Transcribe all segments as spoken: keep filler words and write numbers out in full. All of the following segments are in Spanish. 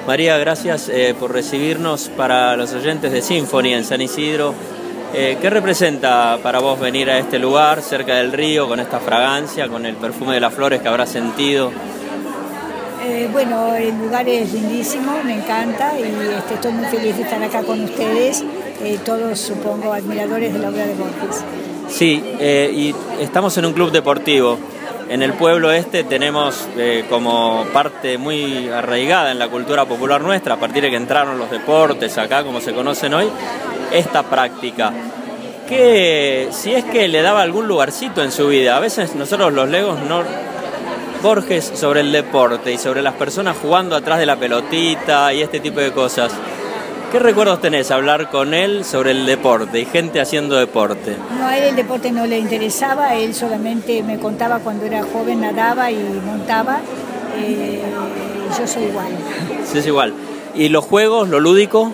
María, gracias eh, por recibirnos. Para los oyentes de Symphony en San Isidro, eh, ¿qué representa para vos venir a este lugar, cerca del río, con esta fragancia, con el perfume de las flores que habrás sentido? Eh, bueno, el lugar es lindísimo, me encanta y este, estoy muy feliz de estar acá con ustedes, eh, todos supongo admiradores de la obra de Borges. Sí, eh, y estamos en un club deportivo. En el pueblo este tenemos eh, como parte muy arraigada en la cultura popular nuestra, a partir de que entraron los deportes acá, como se conocen hoy, esta práctica. Que si es que le daba algún lugarcito en su vida, a veces nosotros los legos no... Borges sobre el deporte y sobre las personas jugando atrás de la pelotita y este tipo de cosas. ¿Qué recuerdos tenés hablar con él sobre el deporte y gente haciendo deporte? No, a él el deporte no le interesaba, él solamente me contaba cuando era joven, nadaba y montaba. Eh, yo soy igual. Sí, es igual. ¿Y los juegos, lo lúdico?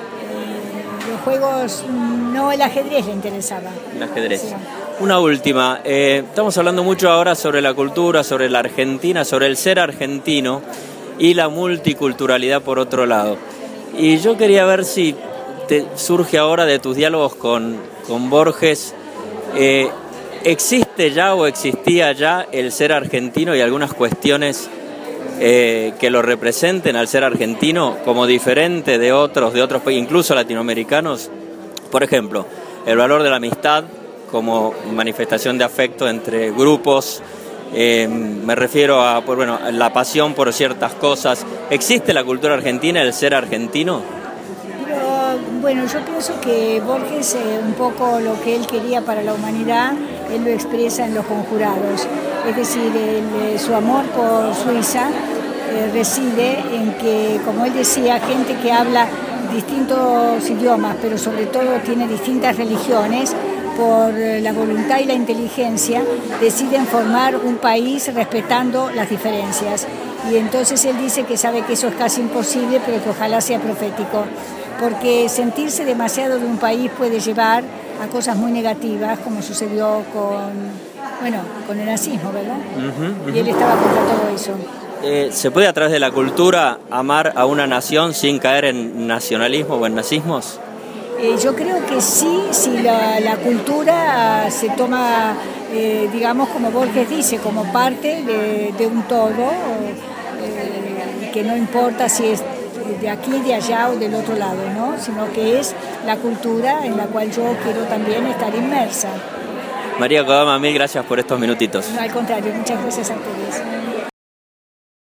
Eh, los juegos, no, el ajedrez le interesaba. El ajedrez. Sí. Una última, eh, estamos hablando mucho ahora sobre la cultura, sobre la Argentina, sobre el ser argentino y la multiculturalidad por otro lado. Y yo quería ver si te surge ahora de tus diálogos con, con Borges, eh, ¿existe ya o existía ya el ser argentino y algunas cuestiones eh, que lo representen al ser argentino como diferente de otros, de otros países, incluso latinoamericanos? Por ejemplo, el valor de la amistad como manifestación de afecto entre grupos, eh, me refiero a pues bueno, la pasión por ciertas cosas. ¿Existe la cultura argentina, el ser argentino? Pero, bueno, yo pienso que Borges, eh, un poco lo que él quería para la humanidad, él lo expresa en Los Conjurados. Es decir, el, su amor por Suiza eh, reside en que, como él decía, gente que habla distintos idiomas, pero sobre todo tiene distintas religiones, por la voluntad y la inteligencia, deciden formar un país respetando las diferencias. Y entonces él dice que sabe que eso es casi imposible, pero que ojalá sea profético, porque sentirse demasiado de un país puede llevar a cosas muy negativas, como sucedió con, bueno, con el nazismo, ¿verdad? Uh-huh, uh-huh. Y él estaba contra todo eso. Eh, ¿Se puede a través de la cultura amar a una nación sin caer en nacionalismo o en nazismos? Eh, yo creo que sí, si la, la cultura se toma, eh, digamos, como Borges dice, como parte de, de un todo, eh, que no importa si es de aquí, de allá o del otro lado, ¿no? Sino que es la cultura en la cual yo quiero también estar inmersa. María Kodama, mil gracias por estos minutitos. No, al contrario, muchas gracias a ustedes.